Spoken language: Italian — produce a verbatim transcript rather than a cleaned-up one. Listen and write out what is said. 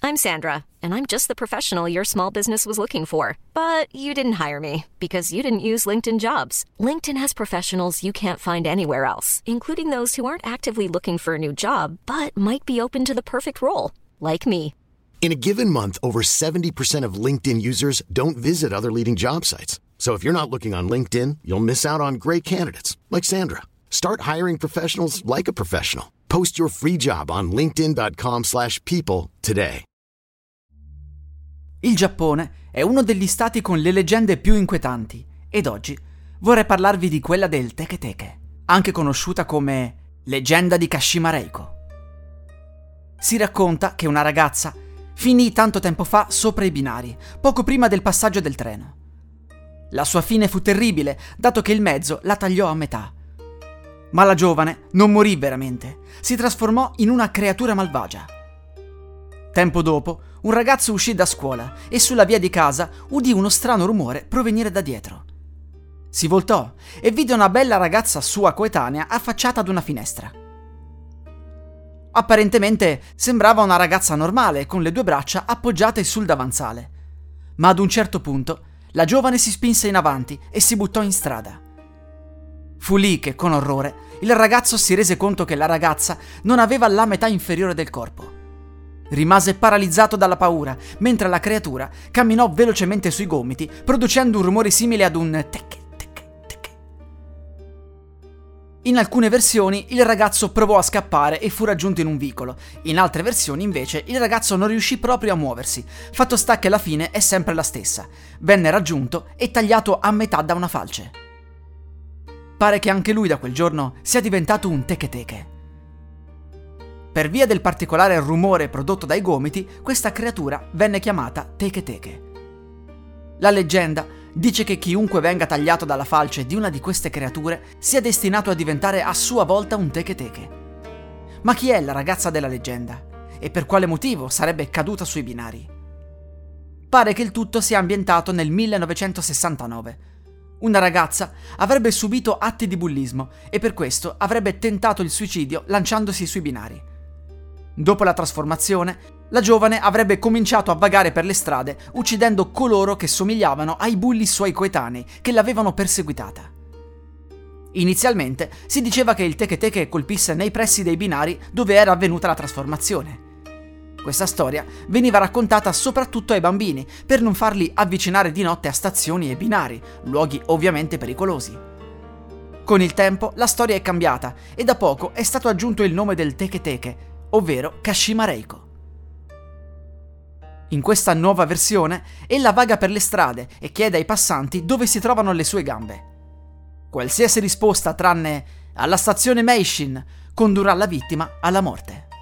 I'm Sandra, and I'm just the professional your small business was looking for. But you didn't hire me because you didn't use LinkedIn Jobs. LinkedIn has professionals you can't find anywhere else, including those who aren't actively looking for a new job, but might be open to the perfect role, like me. In a given month, over seventy percent of LinkedIn users don't visit other leading job sites. So if you're not looking on LinkedIn, you'll miss out on great candidates like Sandra. Start hiring professionals like a professional. Post your free job on linkedin.com slash people today. Il Giappone è uno degli stati con le leggende più inquietanti ed oggi vorrei parlarvi di quella del Teke-Teke, anche conosciuta come leggenda di Kashima Reiko. Si racconta che una ragazza finì tanto tempo fa sopra i binari, poco prima del passaggio del treno. La sua fine fu terribile, dato che il mezzo la tagliò a metà. Ma la giovane non morì veramente, si trasformò in una creatura malvagia. Tempo dopo, un ragazzo uscì da scuola e sulla via di casa udì uno strano rumore provenire da dietro. Si voltò e vide una bella ragazza sua coetanea affacciata ad una finestra. Apparentemente sembrava una ragazza normale, con le due braccia appoggiate sul davanzale. Ma ad un certo punto, la giovane si spinse in avanti e si buttò in strada. Fu lì che, con orrore, il ragazzo si rese conto che la ragazza non aveva la metà inferiore del corpo. Rimase paralizzato dalla paura, mentre la creatura camminò velocemente sui gomiti, producendo un rumore simile ad un tecche, tecche, tecche. In alcune versioni il ragazzo provò a scappare e fu raggiunto in un vicolo. In altre versioni, invece, il ragazzo non riuscì proprio a muoversi. Fatto sta che la fine è sempre la stessa. Venne raggiunto e tagliato a metà da una falce. Pare che anche lui da quel giorno sia diventato un Teke-Teke. Per via del particolare rumore prodotto dai gomiti, questa creatura venne chiamata Teke-Teke. La leggenda dice che chiunque venga tagliato dalla falce di una di queste creature sia destinato a diventare a sua volta un Teke-Teke. Ma chi è la ragazza della leggenda? E per quale motivo sarebbe caduta sui binari? Pare che il tutto sia ambientato nel millenovecentosessantanove. Una ragazza avrebbe subito atti di bullismo e per questo avrebbe tentato il suicidio lanciandosi sui binari. Dopo la trasformazione, la giovane avrebbe cominciato a vagare per le strade uccidendo coloro che somigliavano ai bulli suoi coetanei che l'avevano perseguitata. Inizialmente si diceva che il Teke-Teke colpisse nei pressi dei binari dove era avvenuta la trasformazione. Questa storia veniva raccontata soprattutto ai bambini per non farli avvicinare di notte a stazioni e binari, luoghi ovviamente pericolosi. Con il tempo la storia è cambiata e da poco è stato aggiunto il nome del Teke-Teke, ovvero Kashima Reiko. In questa nuova versione, ella vaga per le strade e chiede ai passanti dove si trovano le sue gambe. Qualsiasi risposta tranne alla stazione Meishin condurrà la vittima alla morte.